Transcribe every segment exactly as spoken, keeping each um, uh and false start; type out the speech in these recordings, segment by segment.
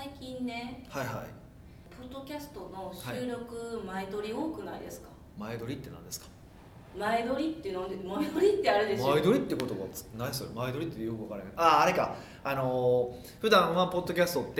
最近ね、 はいはい。 ポッドキャストの収録前撮り多くないですか？ 前撮りって何ですか？ 前撮りってなんで前撮りってあれですよ。 前撮りって言葉何それ？前撮りってよく分からない。あああれか。あのー、普段はポッドキャストって、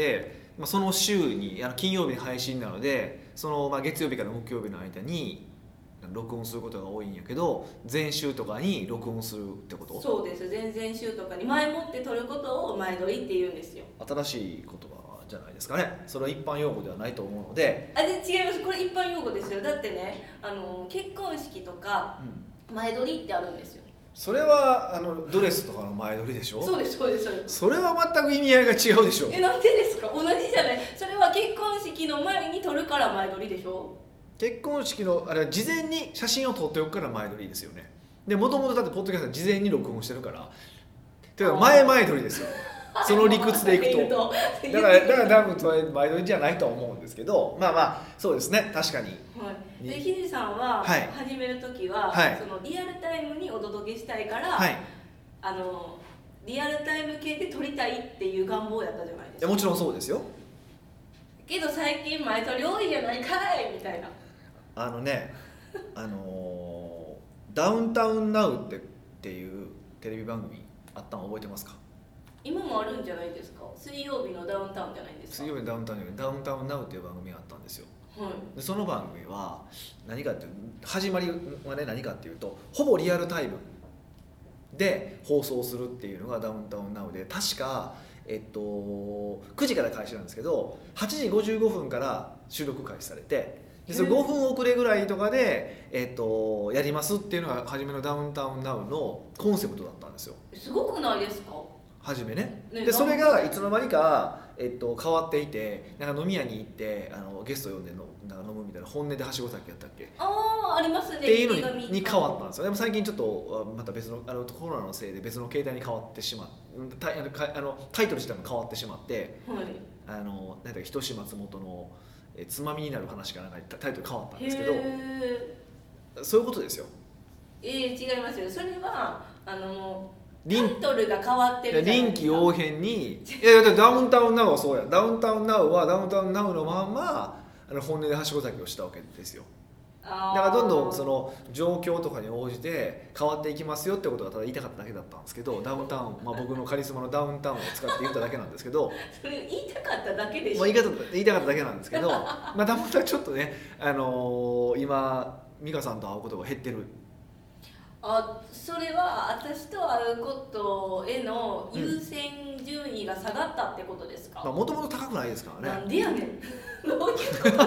まあ、その週にあの金曜日に配信なので、そのまあ月曜日から木曜日の間に録音することが多いんやけど、前週とかに録音するってこと？ そうです。前々週とかに前もって撮ることを前撮りって言うんですよ。 新しい言葉じゃないですかね。それは一般用語ではないと思うので。 あ、で違います。これ一般用語ですよ。だってね、あの結婚式とか前撮りってあるんですよ。 それはあのドレスとかの前撮りでしょ？ そうですそうですそうです。 それは全く意味合いが違うでしょ。 え、なんでですか？同じじゃない。それは結婚式の前に撮るから前撮りでしょ。 結婚式のあれ事前に写真を撮っておくから前撮りですよね。でもともとだってポッドキャストは事前に録音してるからてか前前撮りですよ。その理屈でいくとだからだから多分前撮りじゃないとは思うんですけど、まあまあそうですね、確かに。 はい、でひじさんは始める時は、はい、そのリアルタイムにお届けしたいから、はい、あのリアルタイム系で撮りたいっていう願望やったじゃないですか。 いやもちろんそうですよ。 けど最近前撮り多いじゃないかいみたいな。 あのねあのー、ダウンタウンナウってっていうテレビ番組あったの覚えてますか？ 今もあるんじゃないですか。水曜日のダウンタウンじゃないですか。 水曜日のダウンタウンにダウンタウンナウっていう番組があったんですよ。 はい、 でその番組は何かって始まりはね何かっていうとほぼリアルタイムで放送するっていうのがダウンタウンナウで、確かえっとくじから開始なんですけどはちじごじゅうごふんから収録開始されて、でそれごふん遅れぐらいとかで、えっと、やりますっていうのが初めのダウンタウンナウのコンセプトだったんですよ。 すごくないですか？ 初め ね, ねでそれがいつの間にか、えっと、変わっていて、なんか飲み屋に行ってあのゲスト呼んでのなんか飲むみたいな、本音ではしご酒やったっけ、 ああありますねっていうの に, に変わったんですよ。でも最近ちょっとまた別のあのコロナのせいで別の携帯に変わってしまってタイあのあのタイトル自体も変わってしまって、 はい、 あのなんだっけ、仁松本のえつまみになる話がなんかタイトル変わったんですけど、そういうことですよ。 えー、違いますよ。それはあのタイトルが変わってるじゃないですか。臨機応変にいやダウンタウンナウはそうや。ダウンタウンナウはダウンタウンナウのまんまあの本音ではしご酒をしたわけですよ。だからどんどんその状況とかに応じて変わっていきますよってことがただ言いたかっただけだったんですけど、ダウンタウン、まあ、僕のカリスマのダウンタウンを使って言っただけなんですけどそれ言いたかっただけでしょ。 まあ、言いた言いたかっただけなんですけどまあたまたまちょっとね、あのー、今美香さんと会うことが減ってる。 あ、それは私と会うことへの優先順位が下がったってことですか？ もともと高くないですからね。 なんでやねんどういうことですか？もともと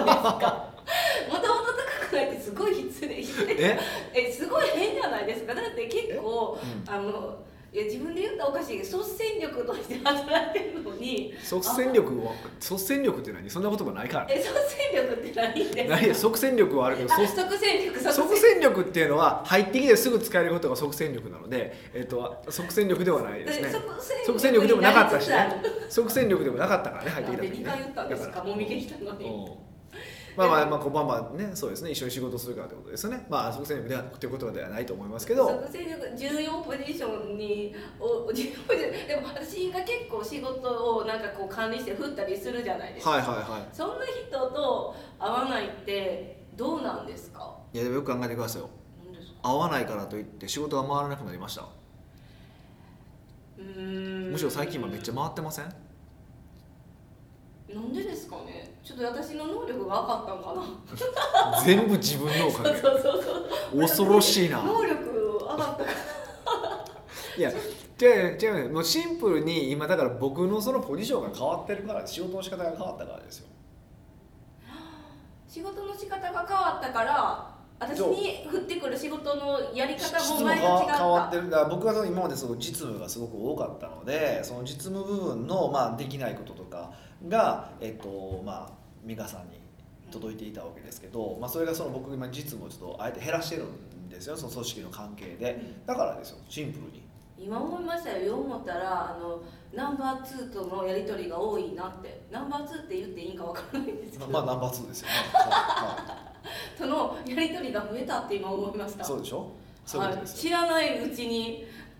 高くないってすごい失礼ええすごい変じゃないですか。だって結構、うん、あのいや自分で言ったらおかしいけど率先力として働いてるのに。 率先力は率先力って何？そんな言葉ないから。 え率先力って何ですか？ 何即戦力はあるけど即戦力即戦力っていうのは入ってきてすぐ使えることが即戦力なので、えっと即戦力ではないですね。即戦力でもなかったしね。即戦力でもなかったからね、入ってきた時に、ね。 にかい言ったんですか？もみ消したのに。 まあまあまあこうバンバンね、そうですね、一緒に仕事するからということですよね。まあ即戦力ではということではないと思いますけど。 即戦力重要ポジションにお重要ポジションでも私が結構仕事をなんかこう管理して振ったりするじゃないですか。 はいはいはい。 そんな人と会わないってどうなんですか？ いやでもよく考えてくださいよ。何ですか？会わないからといって仕事が回らなくなりました。うーん。むしろ最近今めっちゃ回ってません？ なんでですかね。ちょっと私の能力が上がったんかな。全部自分のおかげ。 そうそうそう恐ろしいな。 能力上がったから。 いや違う違う、もうシンプルに今だから僕のそのポジションが変わってるから、仕事の仕方が変わったからですよ。 仕事の仕方が変わったから私に降ってくる仕事のやり方も前と違った。 変わってる。だから僕はその今までその実務がすごく多かったので、その実務部分のまあできないこととかがえっとまあ美香さんに届いていたわけですけど、まあそれがその僕今実務をちょっとあえて減らしてるんですよ、その組織の関係で。だからですよ、シンプルに。 今思いましたよ。よう思ったらあのナンバーツーとのやり取りが多いなって。ナンバーツーって言っていいんかわからないんですけど、 まあナンバーツーですよね。はい、 そのやり取りが増えたって今思いました。 そうでしょ。そういうことですよ。 はい、知らないうちに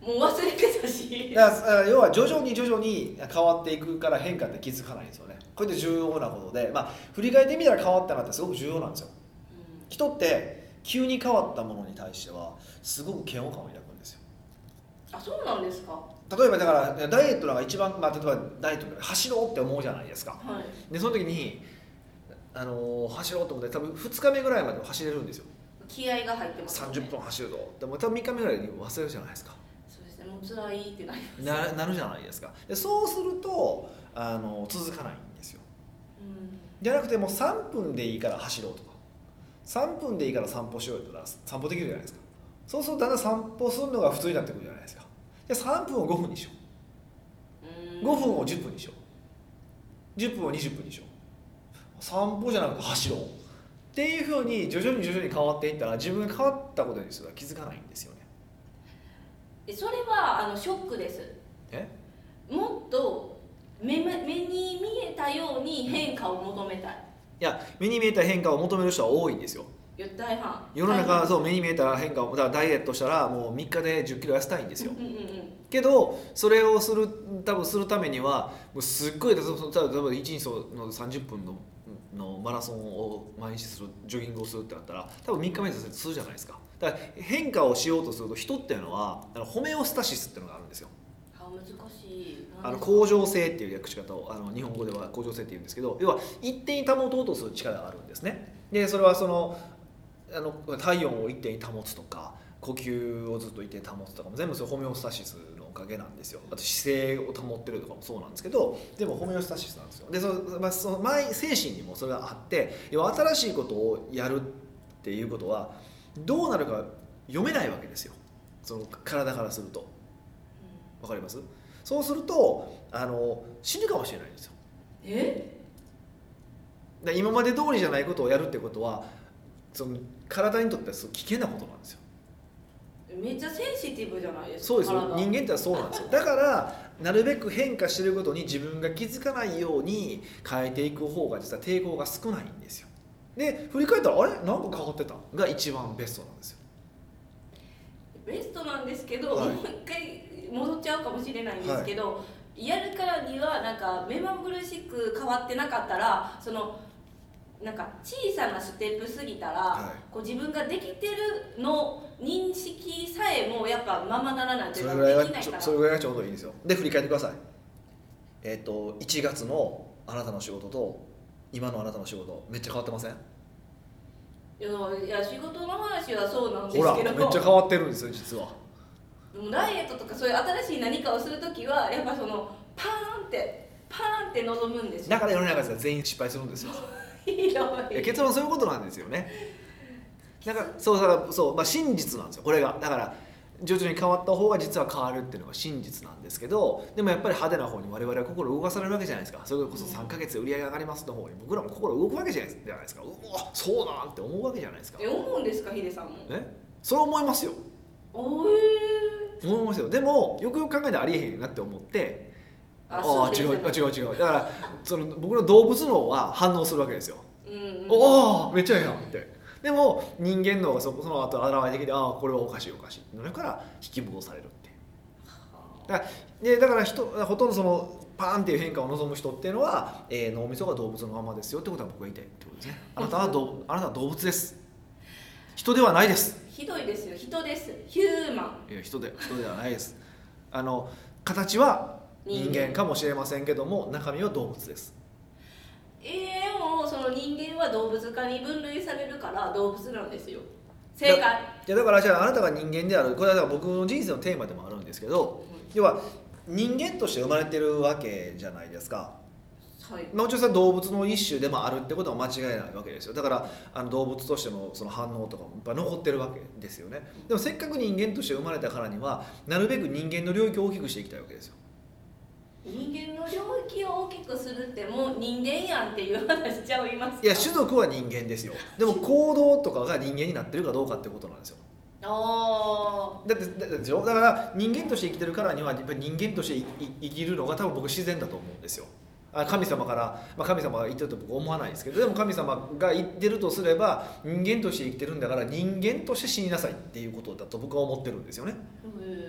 もう忘れてたし。 だから要は徐々に徐々に変わっていくから変化って気づかないんですよね。これって重要なことで、まあ、振り返ってみたら変わったなってすごく重要なんですよ、うん、人って急に変わったものに対してはすごく嫌悪感を抱くんですよ。 あ、そうなんですか。 例えばだからダイエットなんか一番、まあ、例えばダイエットで走ろうって思うじゃないですか、 はい、 でその時に、あのー、走ろうと思って多分ふつかめぐらいまで走れるんですよ。 気合が入ってますね。 さんじゅっぷん走るぞでも多分みっかめぐらいに忘れるじゃないですか。 そうですね、もう辛いってなります、ね、 な, なるじゃないですか。でそうするとあの続かないんですよ、うん、じゃなくてもうさんぷんでいいから走ろうとかさんぷんでいいから散歩しようって言ったら散歩できるじゃないですか。そうするとだんだん散歩するのが普通になってくるじゃないですか。じゃあさんぷんをごふんにしよう、ごふんをじゅっぷんにしよう、じゅっぷんをにじゅっぷんにしよう、散歩じゃなくて走ろうっていうふうに徐々に徐々に変わっていったら自分が変わったことにすら気づかないんですよね。 それはあのショックです。 えもっと 目, 目に見えたように変化を求めたい。 いや、目に見えた変化を求める人は多いんですよ。 大半世の中はそう目に見えた変化を、だからダイエットしたらもうみっかでじゅっキロ痩せたいんですよ、うんうんうん、けどそれをする多分するためにはもうすっごい例えばいちにちのさんじゅっぷん の, のマラソンを毎日するジョギングをするってなったら多分みっかめでするじゃないですか。だから変化をしようとすると人っていうのはホメオスタシスっていうのがあるんですよ。 あ、難しい。 あの向上性っていう訳し方をあの日本語では向上性っていうんですけど、要は一定に保とうとする力があるんですね。でそれはそのあの体温を一定に保つとか呼吸をずっと一定に保つとかも全部それホメオスタシスのおかげなんですよ。あと姿勢を保ってるとかもそうなんですけど、でもホメオスタシスなんですよ。でその、まあ、その前精神にもそれがあって、要は新しいことをやるっていうことはどうなるか読めないわけですよ、その体からすると。わかります？そうするとあの死ぬかもしれないんですよ。 え？ だ今まで通りじゃないことをやるってことはその体にとってはすごい危険なことなんですよ。 めっちゃセンシティブじゃないですか。 そうですよ、人間ってはそうなんですよ。だからなるべく変化してることに自分が気づかないように変えていく方が実は抵抗が少ないんですよ。で振り返ったらあれなんか変わってたが一番ベストなんですよ。 ベストなんですけど、はい、もう一回戻っちゃうかもしれないんですけど、はい、やるからにはなんか目まぐるしく変わってなかったらそのなんか小さなステップ過ぎたら、はい、こう自分ができてるの認識さえもやっぱままならないというかできないから、 それぐらいがちょうどいいんですよ。で振り返ってください。えっといちがつのあなたの仕事と今のあなたの仕事めっちゃ変わってません？ いや、いや仕事の話はそうなんですけど、 ほらめっちゃ変わってるんですよ実は。 でもダイエットとかそういう新しい何かをするときはやっぱそのパーンってパーンって望むんですよ。 だから世の中では全員失敗するんですよひどい。 結論そういうことなんですよね。だからそうだからそう、まあ、真実なんですよこれが。だから徐々に変わった方が実は変わるっていうのが真実なんですけど、でもやっぱり派手な方に我々は心動かされるわけじゃないですか。それこそさんかげつで売り上げ上がりますの方に僕らも心動くわけじゃないですか。うわそうなんって思うわけじゃないですか。 え思うんですかヒデさんも？ えそれ思いますよ。 おえ思いますよ。でもよくよく考えてありえへんなって思って、ああ違う違う違う。だからその僕の動物脳は反応するわけですよ。うんうん、おおめっちゃええやんって。でも人間脳がその後現れてきて、ああこれはおかしいおかしいだから引き戻されるってだからでだから人ほとんどそのパーンっていう変化を望む人っていうのは、えー、脳みそが動物のままですよってことは僕が言いたいってことですね。あなたはどあなたは動物です。人ではないです。 ひどいですよ。人です。ヒューマン。 いや人で人ではないです。あの形は人間かもしれませんけども中身は動物です。 えー、もうその人間は動物化に分類されるから動物なんですよ。正解。いやだからじゃああなたが人間である、これは僕の人生のテーマでもあるんですけど、うん、要は人間として生まれてるわけじゃないですか。 はい、 もちろん動物の一種でもあるってことは間違いないわけですよ。だからあの動物としてのその反応とかもやっぱ残ってるわけですよね。でもせっかく人間として生まれたからにはなるべく人間の領域を大きくしていきたいわけですよ。 人間の領域を大きくするってもう人間やんっていう話しちゃいますか？ いや種族は人間ですよ。でも行動とかが人間になってるかどうかってことなんですよ。 あだってだってだから人間として生きてるからにはやっぱり人間として生きるのが多分僕自然だと思うんですよ。神様から、まあ、神様が言ってると僕は思わないですけど、でも神様が言ってるとすれば人間として生きてるんだから人間として死になさいっていうことだと僕は思ってるんですよね。ってこと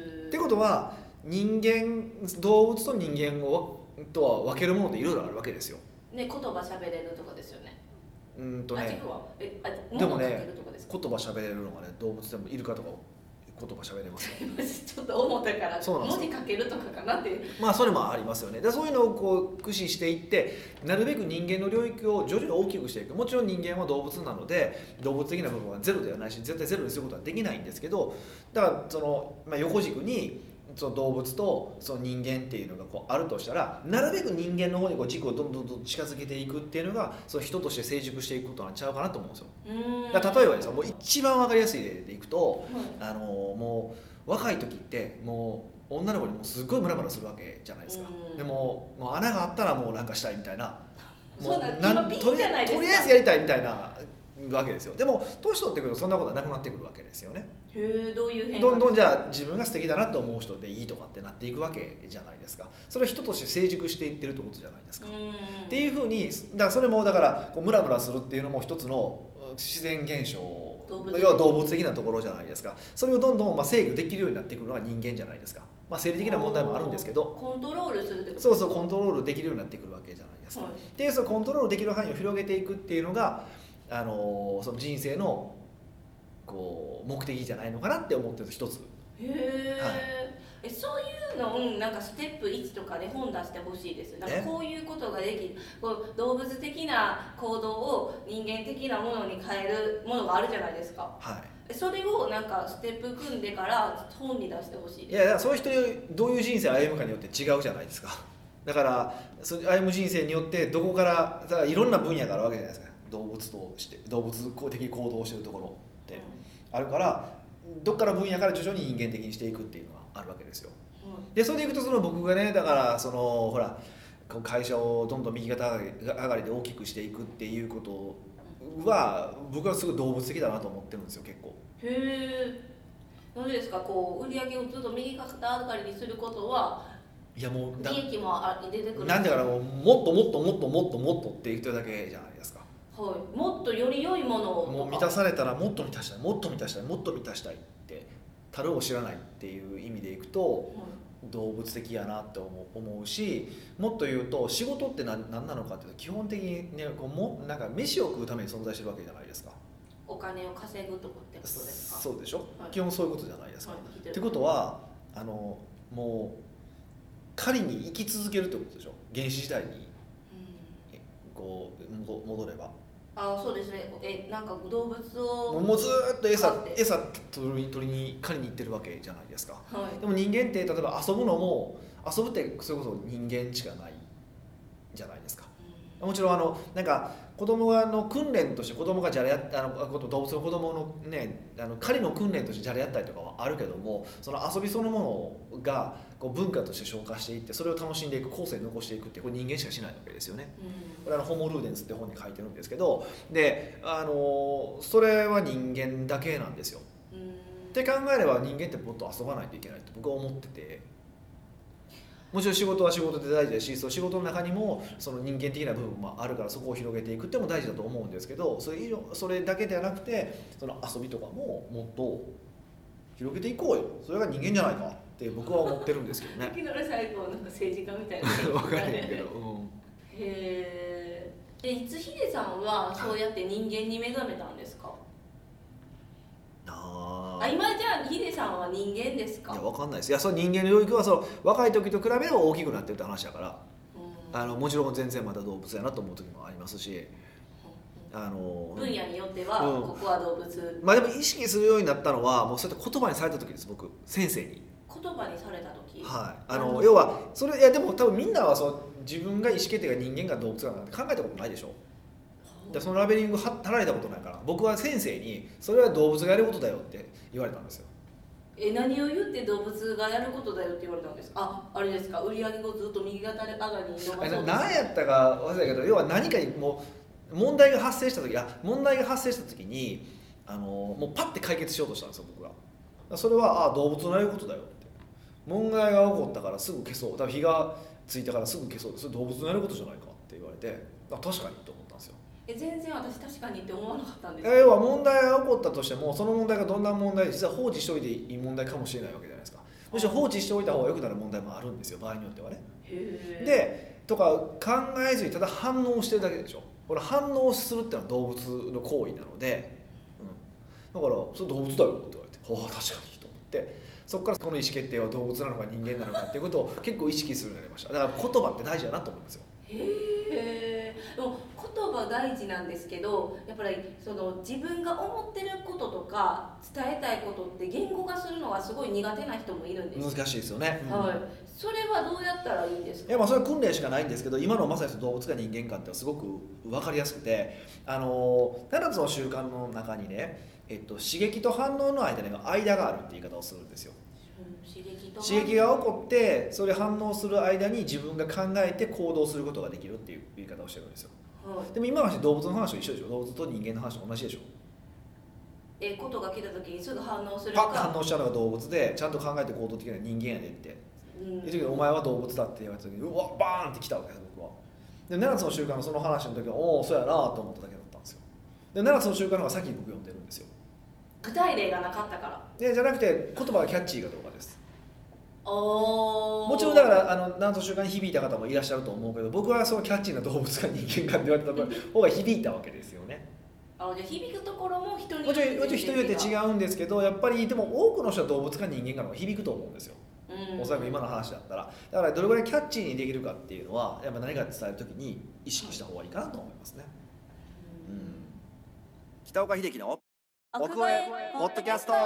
ことは人間動物と人間をとは分けるものっていろいろあるわけですよ。 ね、言葉喋れるとかですよね。 うんとね。 あ、えあでもね、言葉喋れるのがね、動物でもイルカとか言葉喋れますよ。 ちょっと思ったから文字書けるとかかなっていう。 まあそれもありますよね。でそういうのをこう駆使していって、なるべく人間の領域を徐々に大きくしていく。もちろん人間は動物なので動物的な部分はゼロではないし、絶対ゼロにすることはできないんですけど、だからその、まあ、横軸にその動物とその人間っていうのがこうあるとしたら、なるべく人間の方にこう軸をどんどんどんどん近づけていくっていうのがその人として成熟していくことなんちゃうかなと思うんですよ。だから例えばですよ、もう一番わかりやすい例でいくと、うん、あのもう若い時ってもう女の子にもすごいムラムラするわけじゃないですか。でももう穴があったらもうなんかしたいみたいな、もうなんとりあえずやりたいみたいなわけですよ。でも年取ってくるとそんなことはなくなってくるわけですよね。 へえ、どういう変化？ どんどんじゃあ自分が素敵だなと思う人でいいとかってなっていくわけじゃないですか。それは人として成熟していってるってことじゃないですか。っていうふうに、だからそれもだからこうムラムラするっていうのも一つの自然現象、要は動物的なところじゃないですか。それをどんどんまあ制御できるようになってくるのが人間じゃないですか。まあ生理的な問題もあるんですけど、 コントロールするってこと？ そうそう、コントロールできるようになってくるわけじゃないですか。はい、でそのコントロールできる範囲を広げていくっていうのがあのその人生のこう目的じゃないのかなって思ってる一つ。 へえ、はい、えそういうの、うん、なんかステップいちとかで本出してほしいです。なんかこういうことができる、こう動物的な行動を人間的なものに変えるものがあるじゃないですか。はい、それをなんかステップ組んでから本に出してほしいです。 いやいや、そういう人にどういう人生を歩むかによって違うじゃないですか。だから歩む人生によってどこからだからいろんな分野があるわけじゃないですか。動物として動物的行動をしているところってあるから、どっから分野から徐々に人間的にしていくっていうのがあるわけですよ。うん、でそれでいくとその僕がね、だからそのほら会社をどんどん右肩上がりで大きくしていくっていうことは僕はすごい動物的だなと思ってるんですよ、結構。 へえ。何ですか、こう売り上げをずっと右肩上がりにすることは、 いやもう利益も出てくる。 なんだからもうもっともっともっともっともっとって言ってるだけじゃないですか。 はい、もっとより良いものをもう満たされたらもっと満たしたい、もっと満たしたい、もっと満たしたいって樽を知らないっていう意味でいくと、うん、動物的やなって思う、思うし、もっと言うと仕事って何, 何なのかっていうと基本的にね、こうもなんか飯を食うために存在してるわけじゃないですか。 お金を稼ぐとかってことですか。 そうでしょ、はい、基本そういうことじゃないですか。 はい、 ってことはあのもう狩りに生き続けるってことでしょ、原始時代に、うん、こう戻れば。 あ、そうですね。え、なんか動物をもうずっと餌餌取り取りに狩りに行ってるわけじゃないですか。はい、でも人間って例えば遊ぶのも遊ぶってそれこそ人間しかないじゃないですか。うん、もちろんあのなんか子供がの訓練として子供がじゃれやあの動物の子供のねあの狩りの訓練としてじゃれやったりとかはあるけども、その遊びそのものがこう文化として消化していってそれを楽しんでいく、後世に残していくってこれ人間しかしないわけですよね。うん、これはホモ・ルーデンスって本に書いてるんですけど、であのそれは人間だけなんですよ。うん、って考えれば人間ってもっと遊ばないといけないと僕は思ってて。もちろん仕事は仕事で大事だし、その仕事の中にもその人間的な部分もあるからそこを広げていくっても大事だと思うんですけど、それ以上それだけではなくてその遊びとかももっと広げていこうよ、それが人間じゃないかって僕は思ってるんですけどね。 いきなり最後なんか政治家みたいな分かんないけど、うん、 へえ。でいつヒデさんはそうやって人間に目覚めたんですか。 ああ、今じゃあヒデさんは人間ですか。 いや分かんないです。いやその人間の領域はその若い時と比べれば大きくなってるって話だから、うん、あのもちろん全然また動物やなと思う時もありますし、 うん、あの分野によっては、うん、ここは動物、 まあでも意識するようになったのはもうそうやって言葉にされた時です。僕先生に言葉にされた時、 はい、あの要はそれいやでも多分みんなはそう自分が意思決定が人間が動物かなんて考えたことないでしょ。でそのラベリング貼られたことないから、僕は先生にそれは動物がやることだよって言われたんですよ。 え、何を言って動物がやることだよって言われたんですか。あ、あれですか、売り上げをずっと右肩上がりに伸ばそう。 何やったか忘れたけど、要は何かにもう問題が発生した時、あ問題が発生した時にあのもうパッて解決しようとしたんですよ僕が。それはあ動物のやることだよって、問題が起こったからすぐ消そう、多分火がついたからすぐ消そう、それ動物のやることじゃないかって言われて、あ確かにと思ったんですよ。 え全然私確かにって思わなかったんですよ。要は問題が起こったとしてもその問題がどんな問題、実は放置しといていい問題かもしれないわけじゃないですか。 むしろ放置しておいた方が良くなる問題もあるんですよ、場合によってはね。 へー。 でとか考えずにただ反応してるだけでしょ。これ反応するっていうのは動物の行為なので、うん、だからそれ動物だよって言われて、はあ確かにと思って、そこからこの意思決定は動物なのか人間なのかっていうことを結構意識するようになりました。だから言葉って大事だなと思いますよ。 へえ。でも言葉大事なんですけど、やっぱりその自分が思ってることとか伝えたいことって言語化するのがすごい苦手な人もいるんです。 難しいですよね、うん、 はい。それはどうやったらいいんですか？ いやまあそれは訓練しかないんですけど、今のまさに動物か人間かってすごく分かりやすくて、あのななつの習慣の中にね、えっと、刺激と反応の間に間があるって言い方をするんですよ。 刺激と刺激が起こってそれ反応する間に自分が考えて行動することができるっていう言い方をしてるんですよ、はい、でも今の話動物の話と一緒でしょ。動物と人間の話と同じでしょ。 えことが来た時にすぐ反応するか、 パッと反応しちゃうのが動物で、ちゃんと考えて行動的な人間やでって言って、うん、お前は動物だって言われた時にうわバーンって来たわけです僕は。でななつの習慣のその話の時はおおそうやなと思っただけだったんですよ。でななつの習慣の方が先に僕読んでるんですよ。 具体例がなかったから。 でじゃなくて言葉がキャッチーかどうかです。 もちろんだからあのななつの習慣に響いた方もいらっしゃると思うけど、僕はそのキャッチーな動物か人間かって言われた方が響いたわけですよね。 あ、じゃあ響くところも人によってもちろん人によって違うんですけど、やっぱりでも多くの人は動物か人間かの方が響くと思うんですよ、うん、おそらく今の話だったら。だからどれぐらいキャッチーにできるかっていうのはやっぱ何か伝えるときに意識した方がいいかなと思いますね、うんうん、北岡秀樹の奥越えポッドキャスト。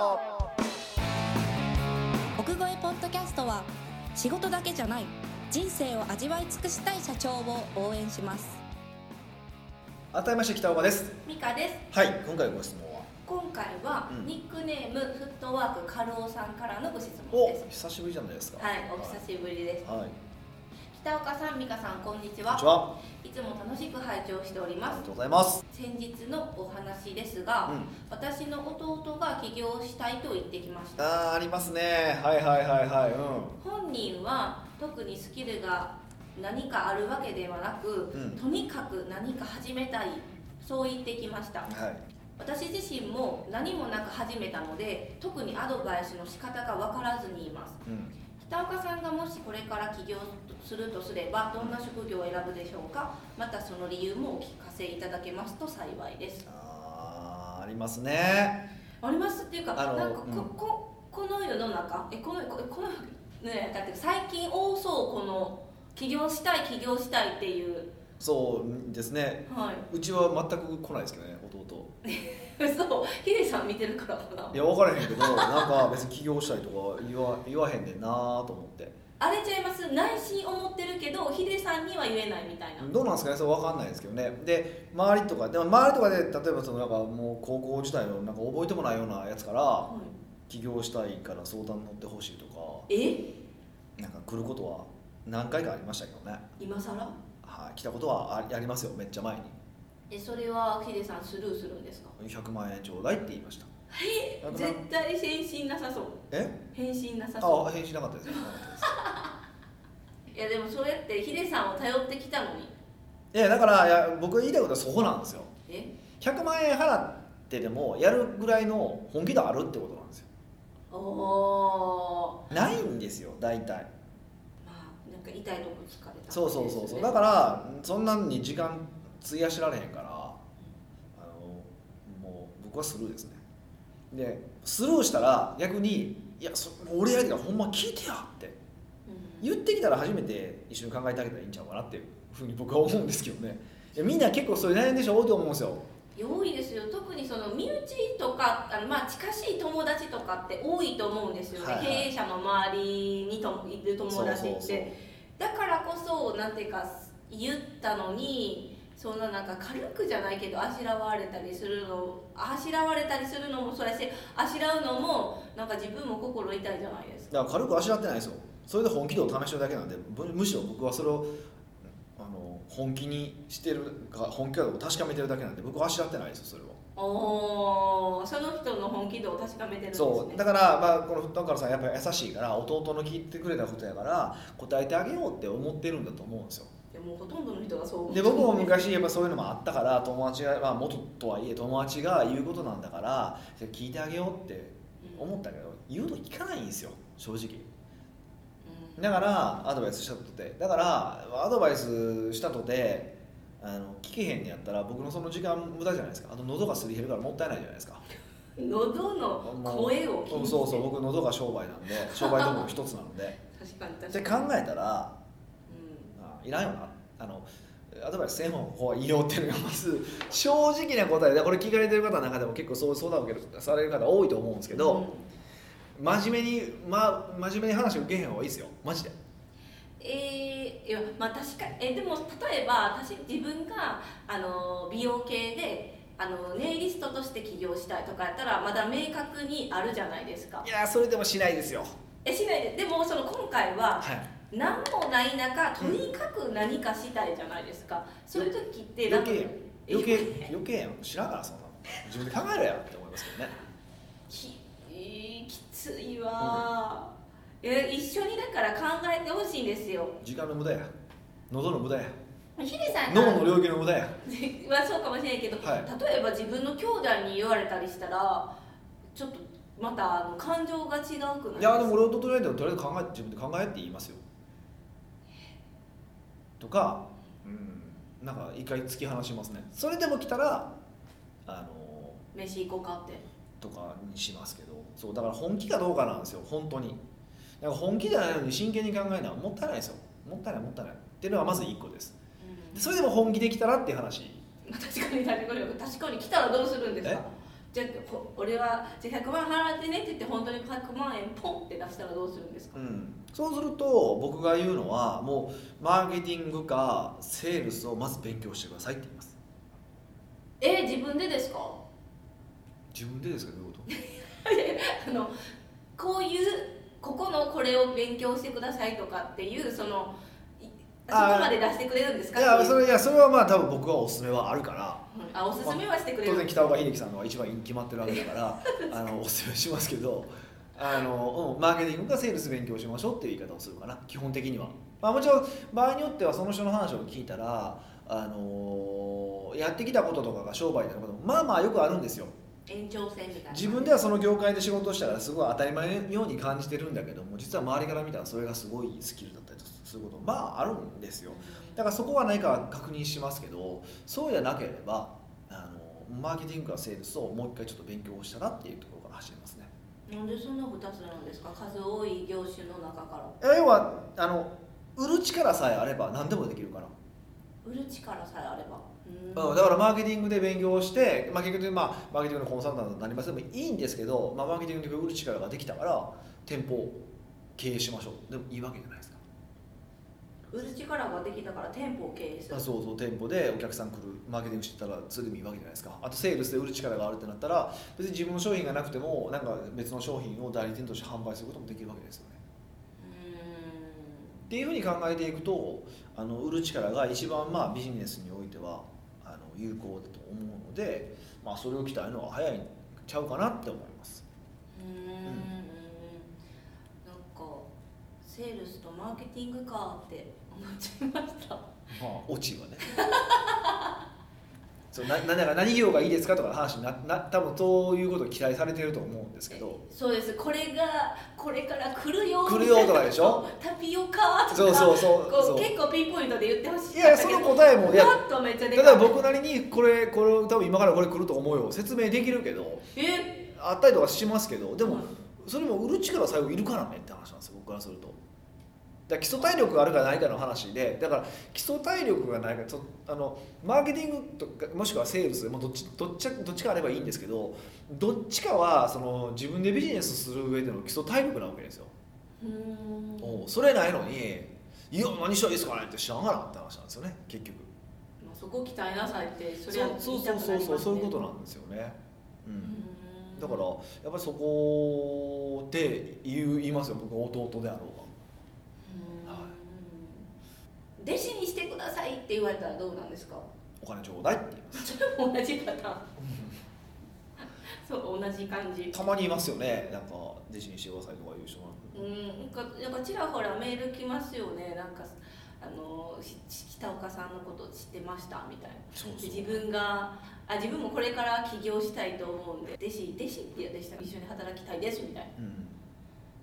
奥越えポッドキャストは仕事だけじゃない人生を味わい尽くしたい社長を応援します。 改めまして北岡です。 美香です。 はい、今回ご質問は今回は、うん、ニックネームフットワークカルオさんからのご質問です。 お、久しぶりじゃないですか。 はい、お久しぶりです、はい、北岡さん、美香さん、こんにちは。 こんにちは。 いつも楽しく拝聴しております。 ありがとうございます。 先日のお話ですが、うん、私の弟が起業したいと言ってきました。 あー、ありますね。はいはいはいはい、うん、 本人は特にスキルが何かあるわけではなく、うん、とにかく何か始めたい、そう言ってきました、はい、私自身も何もなく始めたので特にアドバイスの仕方が分からずにいます、うん、北岡さんがもしこれから起業するとすればどんな職業を選ぶでしょうか。またその理由もお聞かせいただけますと幸いです。 あー、ありますね。 ありますっていうか、なんか こ,、うん、こ, この世の中えこのここのね、だって最近多そうこの起業したい起業したいっていう。 そうですね、はい、うちは全く来ないですけどね、弟。 そう、ヒデさん見てるからかな。 いや分からへんけどなんか別に起業したいとか言 わ, 言わへんねんなと思って。 あれちゃいます、内心思ってるけどヒデさんには言えないみたいな。 どうなんですかね、それ分かんないですけどね。で周りとかでも周りとかで例えばそのなんかもう高校時代のなんか覚えてもないようなやつから、はい、起業したいから相談乗ってほしいとかえなんか来ることは何回かありましたけどね。 今更はい、来たことはありますよ、めっちゃ前に。 えそれはヒデさんスルーするんですか。 ひゃくまんえんちょうだいって言いました。 え絶対返信なさそう。 え返信なさそう。 あ、返信なかったですよ。 いやでもそれってヒデさんを頼ってきたのに。 いやだからいや僕が言いたいことはそこなんですよ。 えひゃくまんえん払ってでもやるぐらいの本気度あるってことなんですよ。 おー、 ないんですよ大体。 なんか痛いとこ疲れた、ね、 そうそうそうそう。だからそんなに時間費やしられへんから、あのもう僕はスルーですね。でスルーしたら逆にいやそ俺やりがほんま聞いてやって言ってきたら初めて一緒に考えてあげたらいいんちゃうかなっていうふうに僕は思うんですけどね。いやみんな結構それ悩んでる人多いと思うんですよ。 多いですよ。特にその身内とかあの、まあ、近しい友達とかって多いと思うんですよね、はいはい、経営者の周りにといる友達って。そうそうそう。だからこそなんていうか言ったのにそんななんか軽くじゃないけどあしらわれたりするのあしらわれたりするのもそうやしあしらうのもなんか自分も心痛いじゃないですか。 だから軽くあしらってないですよ。それで本気度を試してるだけなんで、むしろ僕はそれをあの本気にしてるか本気度を確かめてるだけなんで僕はあしらってないですよそれは。 おその人の本気度を確かめてるんですね。 そうだから、まあ、このだからさんやっぱり優しいから弟の聞いてくれたことやから答えてあげようって思ってるんだと思うんですよ。 でもほとんどの人がそう思う。 で僕も昔やっぱそういうのもあったから友達が、まあ、元とはいえ友達が言うことなんだから聞いてあげようって思ったけど、うん、言うと聞かないんですよ正直。 だからアドバイスしたとてだからアドバイスしたとてあの聞けへんにやったら僕のその時間無駄じゃないですか。あと喉がすり減るからもったいないじゃないですか。 喉の声を聞いて、 そうそう僕喉が商売なんで商売道具の一つなので確かに確かにで考えたら、うん、あいらんよなあのアドバイス専門方はいいよっていうのがまず正直な答えでこれ聞かれてる方の中でも結構そう相談を受けるされる方多いと思うんですけど、うん、真面目に、ま、真面目に話を受けへん方がいいですよマジで。 えー、いやまあ確かにえでも例えば私自分があの美容系であのネイリストとして起業したいとかやったらまだ明確にあるじゃないですか。 いやそれでもしないですよ。 えしないででもその今回は、はい、何もない中とにかく何かしたいじゃないですか、うん、そういう時って余計余計余計やん知らんからそんなの自分で考えろやって思いますけどね。 き, きついわ、うん、え一緒にだから考えてほしいんですよ。 時間の無駄や喉の無駄やヒデさん脳の領域の無駄やはそうかもしれないけど、はい、例えば自分の兄弟に言われたりしたらちょっとまたあの感情が違うくないですか。 いやでも俺ととりあえずとりあえず考え自分で考えって言いますよとか、うん、なんか一回突き放しますね。それでも来たらあの飯行こうかってとかにしますけど、そうだから本気かどうかなんですよ本当に。だから本気じゃないのに真剣に考えるのはもったいないですよ。もったいないもったいないっていうのはまずいっこです。うん、それでも本気で来たらっていう話。 確かに確かに確かに来たらどうするんですか。じゃあ俺はじゃあひゃくまん払ってねって言って本当にひゃくまんえんポンって出したらどうするんですか。 うん、そうすると僕が言うのはもうマーケティングかセールスをまず勉強してくださいって言います。 えー、自分でですか。 自分でですかどういうことあのこういうここのこれを勉強してくださいとかっていうそのそこまで出してくれるんですか。 いやそれいやそれはまあ多分僕はおすすめはあるから、 うん、あおすすめはしてくれる、 まあ、当然北岡秀樹さんのは一番決まってるわけだからあのおすすめしますけどあの、うん、マーケティングかセールス勉強しましょうっていう言い方をするかな基本的には、まあ、もちろん場合によってはその人の話を聞いたらあのやってきたこととかが商売になることもまあまあよくあるんですよ。 延長線みたいな。 自分ではその業界で仕事をしたらすごい当たり前のように感じてるんだけども実は周りから見たらそれがすごいスキルだったりすることもまああるんですよ。だからそこは何か確認しますけどそうじゃなければあのマーケティングかセールスをもう一回ちょっと勉強したらっていうところから走りますね。 なんでそんなふたつなんですか。数多い業種の中から。 要はあの売る力さえあれば何でもできるから。 売る力さえあれば。 うん、だからマーケティングで勉強して、まあ、結局、まあ、マーケティングのコンサルタントになりますでもいいんですけど、まあ、マーケティングで売る力ができたから店舗を経営しましょうでもいいわけじゃないですか。 売る力ができたから店舗を経営する。 あそうそう店舗でお客さん来るマーケティングしてたらそれでもいいわけじゃないですか。あとセールスで売る力があるってなったら別に自分の商品がなくてもなんか別の商品を代理店として販売することもできるわけですよね。うーんっていうふうに考えていくとあの売る力が一番まあビジネスにおいてはあの有効だと思うので、まあ、それを鍛えるのは早いんちゃうかなって思います。 うーん、うん、なんかセールスとマーケティングかって思っちゃいました。まあオチはねそうななら何業がいいですかとかの話になな多分そういうことを期待されてると思うんですけど。 そうです。これがこれから来るよ来るよとかでしょ。 タピオカとかそうそうそうこう結構ピンポイントで言ってほしい。 いやその答えもいやめっちゃで例えば僕なりにこれこれ多分今からこれ来ると思うよ説明できるけどえあったりとかしますけどでも、うん、それも売る力最後いるからねって話なんですよ僕からすると。だから基礎体力があるかないかの話でだから基礎体力がないかとあのマーケティングとかもしくはセールス、まあ、どっちどっちどっちかあればいいんですけどどっちかはその自分でビジネスする上での基礎体力なわけですよ。うーんおそれないのにいや何したらいいですかねって知らんがなって話なんですよね結局。 まあそこ鍛えなさいってそれはそうそうそうそうそういうことなんですよね。うん、だからやっぱりそこで言う言いますよ僕弟であろうが。 弟子にしてくださいって言われたらどうなんですか。 お金ちょうだいって言います。 同じパターンそう同じ感じ。 たまにいますよねなんか弟子にしてくださいとか言う人が。 うんなんかなんかちらほらメール来ますよね。なんかあの北岡さんのこと知ってましたみたいな。そうそうで自分があ自分もこれから起業したいと思うんで弟子弟子っていう弟子と一緒に働きたいですみたいな。うん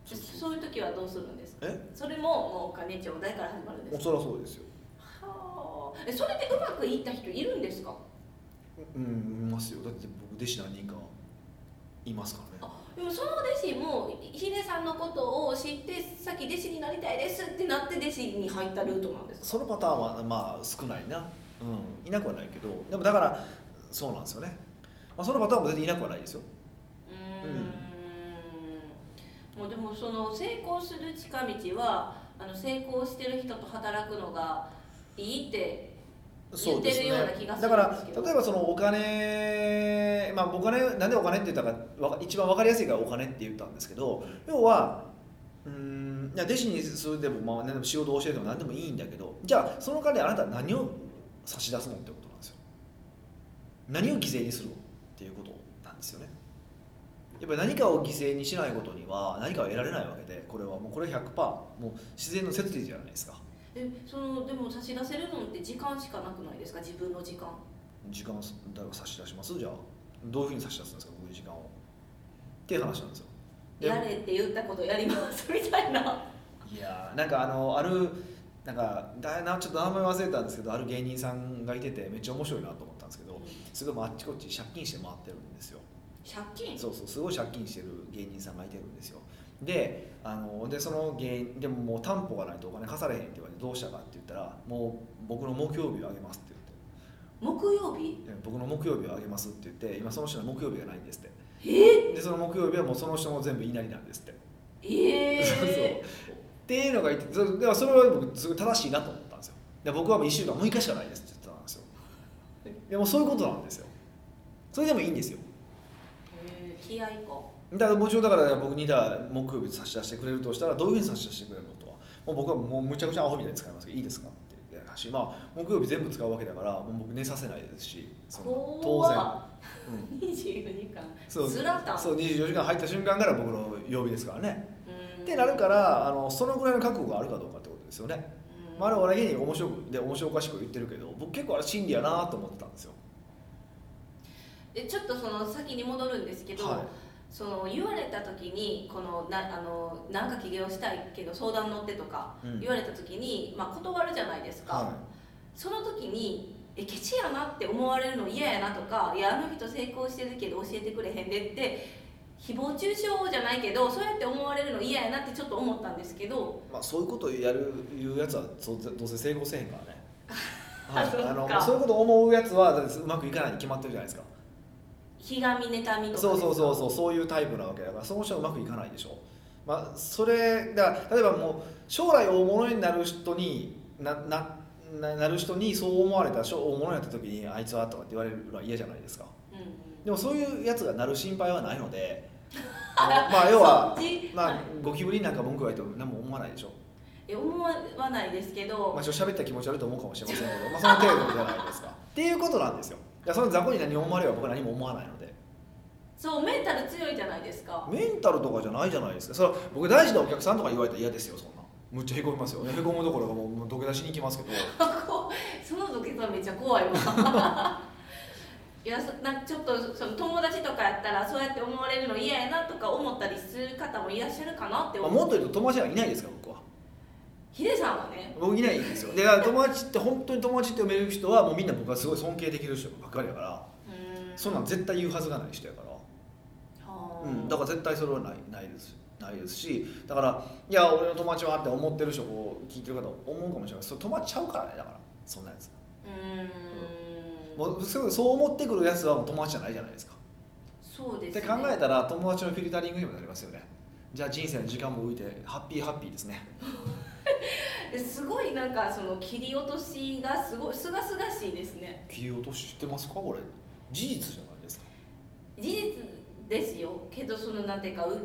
そういう時はどうするんですか？ えそれももうお金ちょうだいから始まるんですか？ そりゃそうですよ。 はあ。え、それでうまくいった人いるんですか？ うん、いますよ。だって僕弟子何人かいますからね。 あ、でもその弟子もヒデさんのことを知ってさっき弟子になりたいですってなって弟子に入ったルートなんですか？ そのパターンはまあ少ないな、うん、いなくはないけど、でもだからそうなんですよね、まあ、そのパターンも全然いなくはないですよ。 うーん、もうでもその成功する近道はあの成功してる人と働くのがいいって言ってるような気がするんですけど、 だから例えばそのお金、まあ、お金なんでお金って言ったか一番分かりやすいからお金って言ったんですけど、要はうーん、いや弟子にするでも、まあ、何でも仕事を教えても何でもいいんだけど、じゃあその代わりあなたは何を差し出すのってことなんですよ。何を犠牲にするのっていうことなんですよね。やっぱり何かを犠牲にしないことには何かを得られないわけで、これはもうこれ ひゃくパーセント もう自然の摂理じゃないですか。 え、そのでも差し出せるのって時間しかなくないですか？自分の時間。 時間を誰が差し出します？じゃあどういうふうに差し出すんですか、僕時間をっていう話なんですよ。 やれって言ったことやりますみたいな。 いやー、なんかあのあるなんかだなちょっと名前忘れたんですけど、ある芸人さんがいててめっちゃ面白いなと思ったんですけど、すごいあっちこっち借金して回ってるんですよ。 借金？ そうそう、すごい借金してる芸人さんがいてるんですよ。で、あのでその芸人でももう担保がないとお金貸されへんって言われて、どうしたかって言ったら、もう僕の木曜日をあげますって言って。木曜日？ 僕の木曜日をあげますって言って、今その人の木曜日がないんですって。 えー、 でその木曜日はもうその人も全部言いなりなんですって。 えー、 そうそうっていうのが言って、それではそれは僕すごい正しいなと思ったんですよ。で僕はもういっしゅうかんむいかしかないですって言ってたんですよ。でもそういうことなんですよ。それでもいいんですよ。 えー、気合いこだからもちろんだから僕にだ木曜日差し出してくれるとしたら、どういうふうに差し出してくれるのとは、もう僕はもうむちゃくちゃアホみたいに使いますけどいいですかって言ってし、まあ木曜日全部使うわけだからもう僕寝させないですし、その当然、 うん、にじゅうよじかんそうスラタンそうにじゅうよじかん入った瞬間から僕の曜日ですからね。 うんってなるからあのそのぐらいの覚悟があるかどうかってことですよね。まあ、あれ俺に面白くで面白おかしく言ってるけど、僕結構あれ真理やなと思ってたんですよ。 でちょっとその先に戻るんですけど、はい、その言われた時にこのなあのなんか起業したいけど相談乗ってとか言われた時に、うん、まあ、断るじゃないですか、はい、その時にえケチやなって思われるの嫌やなとか、いやあの人成功してるけど教えてくれへんでって誹謗中傷じゃないけどそうやって思われるの嫌やなってちょっと思ったんですけど、 まあ、そういうことをやるいうやつはどうせ成功せへんからねはい、あのそういうことを思うやつはうまくいかないに決まってるじゃないですか。 ひがみ妬みとか。 そうそうそうそうそういうタイプなわけだから、その人はうまくいかないでしょ。まあそれだから例えばもう将来大物になる人にななななる人にそう思われた大物になった時にあいつはとかって言われるのは嫌じゃないですか、うんうん、でもそういうやつがなる心配はないのでまあ要は、まあ、ゴキブリなんか文句言われても何も思わないでしょ。 いや思わないですけど、 まあ、ちょっと喋ったら気持ち悪いと思うかもしれませんけど、まあ、その程度じゃないですかっていうことなんですよ。いやその雑魚に何を思われれば僕は何も思わないので。 そうメンタル強いじゃないですか。 メンタルとかじゃないじゃないですか。それは僕大事なお客さんとか言われたら嫌ですよ。そんなむっちゃへこみますよね。へこむどころかもう土下座しに行きますけどその土下座めっちゃ怖いわいやなんかちょっとその友達とかやったらそうやって思われるの嫌やなとか思ったりする方もいらっしゃるかなって思う、 まあ、もっと言うと友達はいないですから僕は。 ヒデさんはね。 僕いないんですよ。で友達って本当に友達って呼べる人はもうみんな僕はすごい尊敬できる人ばっかりだから、うんそんなん絶対言うはずがない人やから、うん、だから絶対それはないないですないですし、だからいや俺の友達はって思ってる人を聞いてる方思うかもしれない。それ友達ちゃうからね。だからそんなやつうんもうそう思ってくるやつはもう友達じゃないじゃないですか。 そうですね。 って考えたら友達のフィルタリングにもなりますよね。じゃあ人生の時間も浮いてハッピーハッピーですねすごいなんかその切り落としがすごいすがすがしいですね。 切り落とししてますかこれ。事実じゃないですか。 事実ですよけどそのなんていうかうう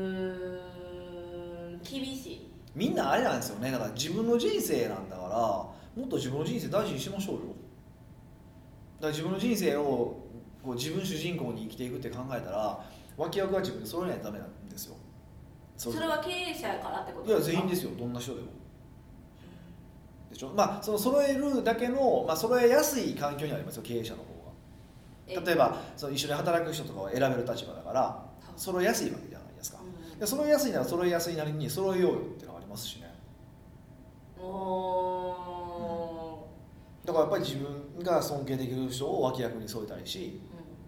ーん厳しい。 みんなあれなんですよね。だから自分の人生なんだからもっと自分の人生大事にしましょうよ。だから自分の人生をこう自分主人公に生きていくって考えたら脇役は自分で揃えないとダメなんですよ。 それは経営者やからってことですか？いや全員ですよ。どんな人でもでしょ。まあその揃えるだけの、まあ、揃えやすい環境にありますよ経営者の方が。例えばその一緒に働く人とかを選べる立場だから揃えやすいわけじゃないですか。 で揃いやすいなら揃いやすいなりに揃えようよっていうのがありますしね。 おー、うん、だからやっぱり自分が尊敬できる人を脇役に添えたいし、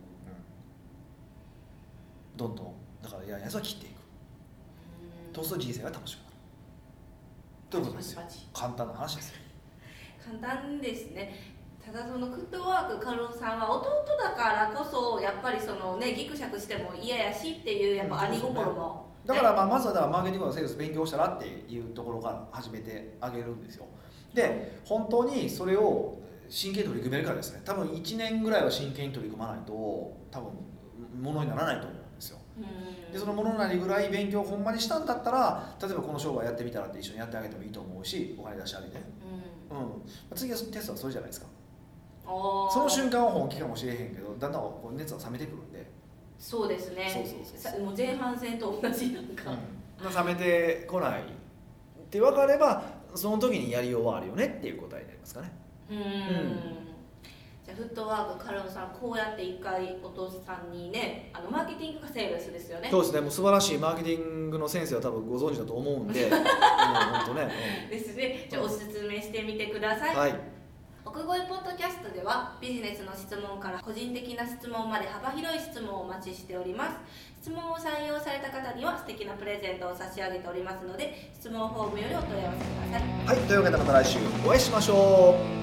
うん、どんどんだからやるやつは切っていく、うん、そうすると人生が楽しくなるということですよ。簡単な話ですよ。 簡単ですね。ただそのフットワークカルンさんは弟だからこそやっぱりそのねギクシャクしても嫌やしっていうやっぱ兄心も、 うん、だからまあまずはだからマーケティングのセールス勉強したらっていうところから始めてあげるんですよ。で本当にそれを真剣に取り組めるからですね。多分いちねんぐらいは真剣に取り組まないと多分ものにならないと思うんですよ。でそのものなりぐらい勉強をほんまにしたんだったら例えばこの商売やってみたらって一緒にやってあげてもいいと思うしお金出してあげて、うんうん、次はテストはそれじゃないですか。その瞬間は本気かもしれへんけどだんだんこう熱が冷めてくるんで。 そうですね。そうそうそうそう、もう前半戦と同じなんか、 うん、冷めてこないって分かればその時にやりようはあるよねっていう答えになりますかね。 うん、うん、じゃあフットワークカルンさんこうやって一回お父さんにねあのマーケティングかセールスですよね。 そうですね。もう素晴らしいマーケティングの先生は多分ご存知だと思うんで本当ね、 うん、ですね。じゃあおすすめしてみてください。はい。奥越ポッドキャストではビジネスの質問から個人的な質問まで幅広い質問をお待ちしております。質問を採用された方には素敵なプレゼントを差し上げておりますので質問フォームよりお問い合わせください。 はい、というわけでまた来週お会いしましょう。